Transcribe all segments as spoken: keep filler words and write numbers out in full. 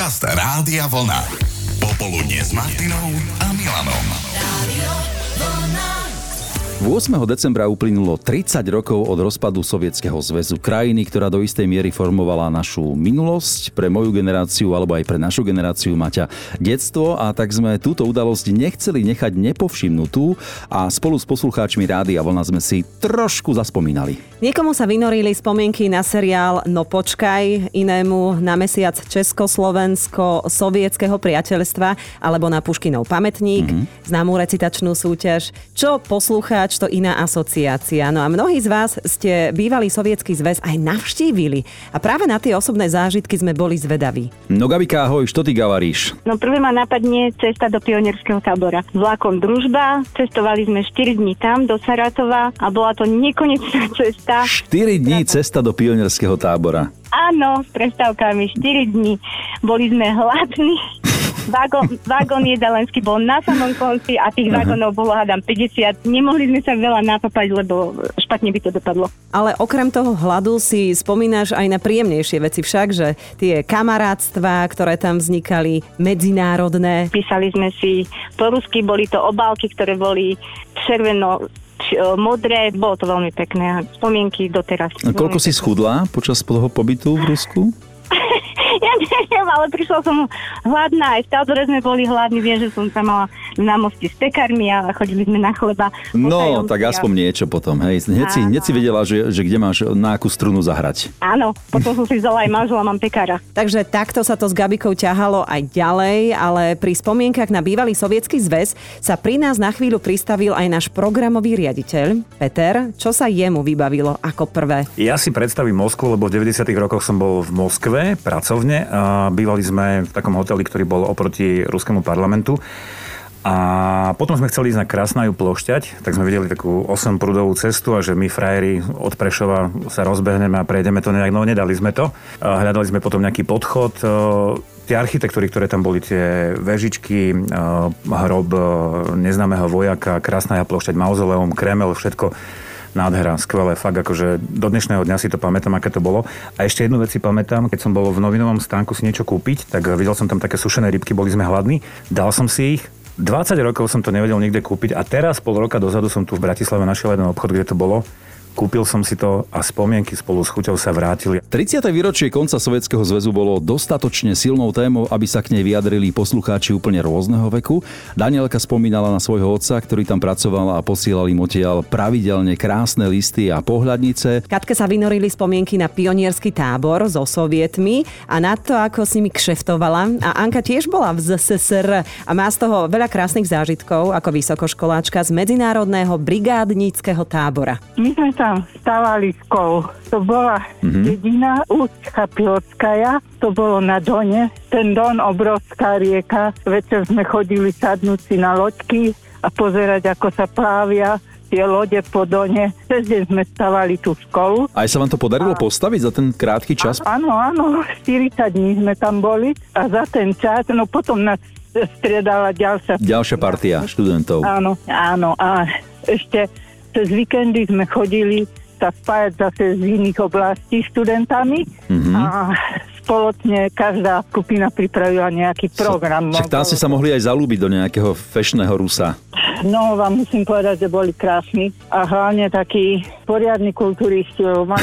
Podcast Rádia Vlna. Popoludne s Martinou a Milanom. Rádio Vlna. ôsmeho decembra uplynulo tridsať rokov od rozpadu Sovietskeho zväzu, krajiny, ktorá do istej miery formovala našu minulosť. Pre moju generáciu, alebo aj pre našu generáciu, Maťa, detstvo, a tak sme túto udalosť nechceli nechať nepovšimnutú a spolu s poslucháčmi Rádia Vlna sme si trošku zaspomínali. Niekomu sa vynorili spomienky na seriál No počkaj, inému na mesiac Československo-sovietskeho priateľstva alebo na Puškinov pamätník, mm-hmm. známú recitačnú súťaž. Čo poslucháč, to iná asociácia. No a mnohí z vás ste bývalý Sovietsky zväz aj navštívili. A práve na tie osobné zážitky sme boli zvedaví. No Gabika, ahoj, čo ty gavaríš? No prvé ma napadne cesta do pionierského tábora. Vlakom Družba, cestovali sme štyri dní tam do Saratova a bola to nekonečná cesta. štyri dní cesta do pionierského tábora. Áno, s prestávkami štyri dní. Boli sme hladní. Vagón, vagón jedalenský bol na samom konci a tých uh-huh. vagónov bolo, hádam, päťdesiat. Nemohli sme sa veľa napapať, lebo špatne by to dopadlo. Ale okrem toho hladu si spomínaš aj na príjemnejšie veci však, že tie kamarátstvá, ktoré tam vznikali, medzinárodné. Písali sme si po rusky, boli to obálky, ktoré boli červeno modré, bolo to veľmi pekné. Spomienky doteraz. A koľko si schudla počas toho pobytu v Rusku? Ja neviem, ale prišla som hladná. Aj v tábore sme boli hladní. Viem, že som sa mala na moste s pekármi a chodili sme na chleba. No, tak aspoň niečo potom. Hej. Hneď si, hneď si vedela, že, že kde máš na akú strunu zahrať. Áno, potom som si vzala aj manžela, mám pekára. Takže takto sa to s Gabikou ťahalo aj ďalej, ale pri spomienkach na bývalý Sovietsky zväz sa pri nás na chvíľu pristavil aj náš programový riaditeľ Peter. Čo sa jemu vybavilo ako prvé? Ja si predstavím Moskvu, lebo v deväťdesiatych rokoch som bol v Moskve pracovne. A bývali sme v takom hoteli, ktorý bol oproti ruskému parlamentu. A potom sme chceli ísť na Krasnajú plošťať, tak sme videli takú osemprúdovú cestu a že my frajeri od Prešova sa rozbehneme a prejdeme to nejak, no nedali sme to. A hľadali sme potom nejaký podchod. Tie architektúry, ktoré tam boli, tie vežičky, hrob neznámeho vojaka, Krasnaja plošťať, mauzoleum, Kreml, všetko nádhera, skvelé, fakt, akože do dnešného dňa si to pamätám, aké to bolo. A ešte jednu vec si pamätám, keď som bol v novinovom stánku si niečo kúpiť, tak videl som tam také sušené rybky, boli sme hladní, dal som si ich, dvadsať rokov som to nevedel nikde kúpiť a teraz pol roka dozadu som tu v Bratislave našiel jeden obchod, kde to bolo. Kúpil som si to a spomienky spolu s chuťou sa vrátili. tridsiate výročie konca Sovietskeho zväzu bolo dostatočne silnou témou, aby sa k nej vyjadrili poslucháči úplne rôzneho veku. Danielka spomínala na svojho otca, ktorý tam pracoval a posielal im odtiaľ pravidelne krásne listy a pohľadnice. Katke sa vynorili spomienky na pionierský tábor so Sovietmi a na to, ako s nimi kšeftovala. A Anka tiež bola v zet es es er a má z toho veľa krásnych zážitkov ako vysokoškoláčka z medzinárodného brigádnického tábora. My sme tam stávali školu. To bola mm-hmm. dedina Ústka Pilotskaja, to bolo na Done. Ten Don, obrovská rieka. Večer sme chodili sadnúť si na loďky a pozerať, ako sa plávia tie lode po Done. Cez deň sme stávali tú školu. Aj sa vám to podarilo a... postaviť za ten krátky čas? Áno, áno. štyridsať dní sme tam boli a za ten čas, no potom nás striedala ďalšia... Ďalšia partia študentov. Áno, áno. A ešte cez víkendy sme chodili sa spájať zase z iných oblastí študentami mm-hmm. a spoločne každá skupina pripravila nejaký program. Však tam ste sa mohli aj zalúbiť do nejakého fešného Rusa. No, vám musím povedať, že boli krásni a hlavne takí poriadni kulturisti.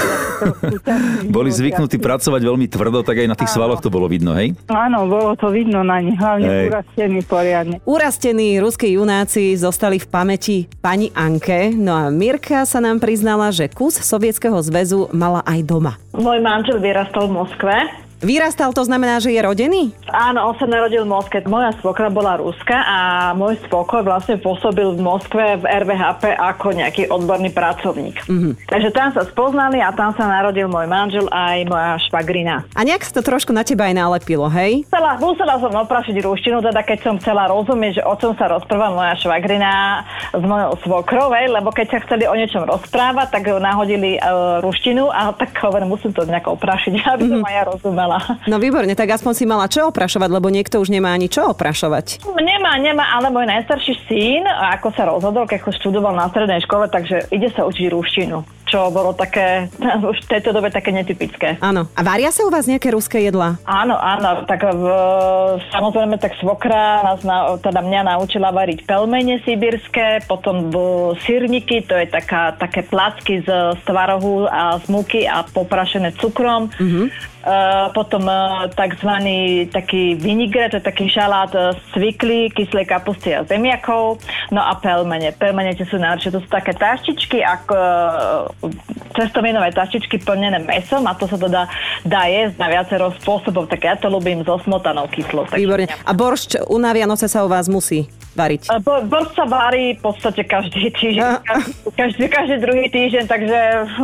Boli zvyknutí pracovať veľmi tvrdo, tak aj na tých áno. svaloch to bolo vidno, hej? Áno, bolo to vidno na nich, hlavne hej. urastení poriadne. Urastení ruskí junáci zostali v pamäti pani Anke, no a Mirka sa nám priznala, že kus Sovietskeho zväzu mala aj doma. Môj manžel vyrastal v Moskve. Vyrastal, to znamená, že je rodený? Áno, on sa narodil v Moskve. Moja svokra bola Ruska a môj svokor vlastne pôsobil v Moskve v er vé há pé ako nejaký odborný pracovník. Mm-hmm. Takže tam sa spoznali a tam sa narodil môj manžel aj moja švagrina. A nejak sa to trošku na teba aj nalepilo, hej? Chcela, musela som oprašiť ruštinu, teda keď som chcela rozumieť, že o čom sa rozpráva moja švagrina s mojou svokrou, lebo keď sa chceli o niečom rozprávať, tak nahodili uh, ruštinu a tak hovorím, musím to nejako oprašiť, aby som mm-hmm. aj ja rozumela. No výborne, tak aspoň si mala čo oprašovať, lebo niekto už nemá ani čo oprašovať. Nemá, nemá, ale môj najstarší syn, ako sa rozhodol, keď študoval na strednej škole, takže ide sa učiť ruštinu. Čo čo bolo také, už v tejto dobe také netypické. Áno. A varia sa u vás nejaké ruské jedlá? Áno, áno. Tak v, samozrejme, tak svokra nás, na, teda mňa naučila variť pelmene sibírske, potom sírniky, to je taká, také placky z, z tvarohu a z múky a poprašené cukrom. Mm-hmm. Uh, potom uh, takzvaný taký vinigre, to je taký šalát uh, z cvikly, kyslej kapusty a zemiakov. No a pelmene. Pelmene tie sú najlepšie. To sú také taštičky, ako uh, cestovinové taštičky plnené mesom a to sa to dá, dá jesť na viacero spôsobov. Tak ja to ľúbim so smotanou kyslou. Výborne. A boršč u na Vianoce sa u vás musí variť? Uh, bo, boršč sa varí v podstate každý týždeň. Uh. Každý, každý druhý týždeň, takže...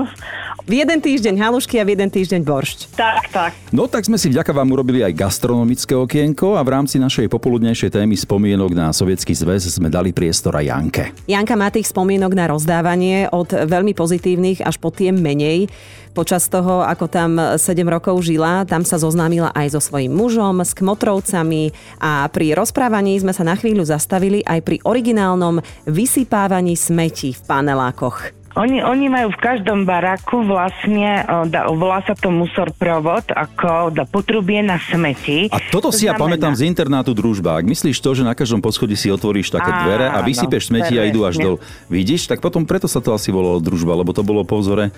V jeden týždeň halušky a v jeden týždeň boršč. Tak, tak. No tak sme si vďaka vám urobili aj gastronomické okienko a v rámci našej popoludnejšej témy spomienok na Sovietsky zväz sme dali priestor aj Janke. Janka má tých spomienok na rozdávanie od veľmi pozitívnych až po tie menej. Počas toho, ako tam sedem rokov žila, tam sa zoznámila aj so svojím mužom, s kmotrovcami a pri rozprávaní sme sa na chvíľu zastavili aj pri originálnom vysypávaní smetí v panelákoch. Oni, oni majú v každom baraku vlastne, da, volá sa to musorprovod, ako da, potrubie na smeti. A toto to si znamená... ja pamätám z internátu Družba. Ak myslíš to, že na každom poschodí si otvoríš také Á, dvere a vysypeš no, smeti a idú až dol. Vidíš? Tak potom preto sa to asi volalo Družba, lebo to bolo po vzore,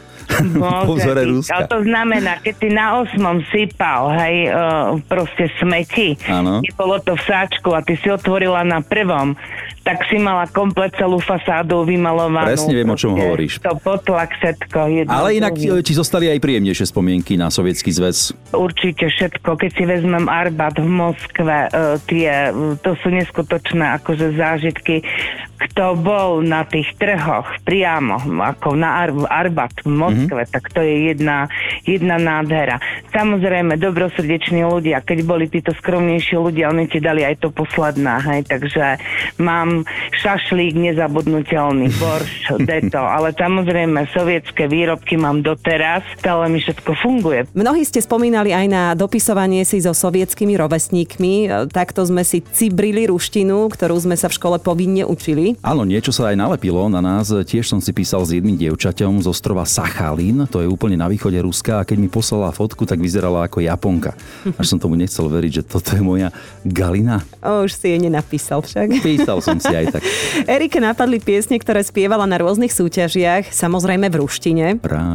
po vzore Ruska. Ale to znamená, keď si na osmom sypal, hej, uh, proste smeti, nebolo to v sáčku a ty si otvorila na prvom, tak si mala komplet celú fasádu vymalovanú. Presne viem, o čom hovoríš. To potlak všetko. Ale inak, či zostali aj príjemnejšie spomienky na Sovietsky zväz? Určite všetko. Keď si vezmem Arbat v Moskve, tie, to sú neskutočné akože zážitky. Kto bol na tých trhoch priamo, ako na Ar- Arbat v Moskve, mm-hmm. tak to je jedna, jedna nádhera. Samozrejme, dobrosrdeční ľudia, keď boli títo skromnejší ľudia, oni ti dali aj to posledná, hej, takže mám šašlík nezabudnutelný, borš, deto, ale samozrejme, sovietské výrobky mám doteraz, stále mi všetko funguje. Mnohí ste spomínali aj na dopisovanie si so sovietskými rovesníkmi, takto sme si cibrili ruštinu, ktorú sme sa v škole povinne učili. Áno, niečo sa aj nalepilo na nás. Tiež som si písal s jedným dievčaťom z ostrova Sachalín, to je úplne na východe Ruska, a keď mi poslala fotku, tak vyzerala ako Japonka. Až som tomu nechcel veriť, že toto je moja Galina. O, už si jej nenapísal však. Písal som si aj tak. Erike napadli piesne, ktoré spievala na rôznych súťažiach, samozrejme v ruštine.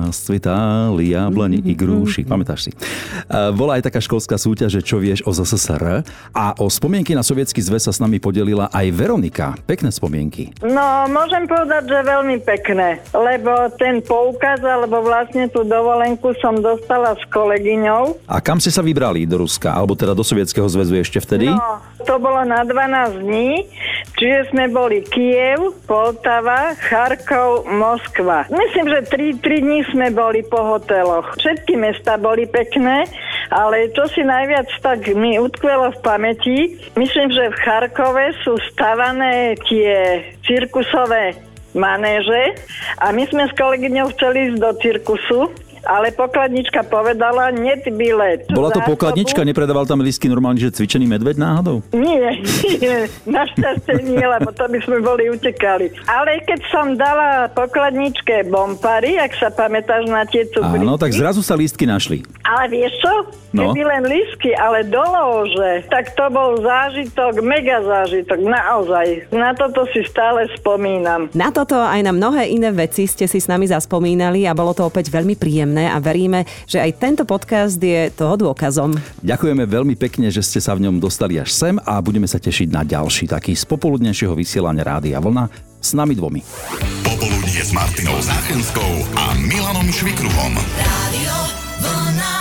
Rascvitali jablani i grúši. Pamätáš si? Bola aj taká školská súťaž, že čo vieš o zet es es er, a o spomienky na Sovietsky zväz sa s nami podelila aj Veronika. Pekné spomienky. No, môžem povedať, že veľmi pekné, lebo ten poukaz, alebo vlastne tú dovolenku som dostala s kolegyňou. A kam ste sa vybrali do Ruska, alebo teda do Sovietskeho zväzu ešte vtedy? No, to bolo na dvanásť dní, čiže sme boli Kyjev, Poltava, Charkov, Moskva. Myslím, že tri dní sme boli po hoteloch. Všetky mesta boli pekné, ale čo si najviac tak mi utkvelo v pamäti, myslím, že v Charkove sú stavané tie cirkusové manéže a my sme s kolegyňou chceli ísť do cirkusu, ale pokladnička povedala, net bilet. Bola to pokladnička? Nepredával tam lístky normálne, že cvičený medveď náhodou? Nie, nie, našťastie nie, lebo to by sme boli utekali. Ale keď som dala pokladničke bompary, ak sa pamätáš na tie cukriny. Áno, tak zrazu sa lístky našli. Ale vieš čo? No. Keby len lístky, ale do lóže, tak to bol zážitok, mega zážitok, naozaj. Na toto si stále spomínam. Na toto aj na mnohé iné veci ste si s nami zaspomínali a bolo to opäť veľmi príjemné a veríme, že aj tento podcast je toho dôkazom. Ďakujeme veľmi pekne, že ste sa v ňom dostali až sem a budeme sa tešiť na ďalší taký z popoludnejšieho vysielania Rádia Vlna s nami dvomi. Popoludnie s Martinou Záchenskou a Milanom Švikruhom. Rádio Vlna.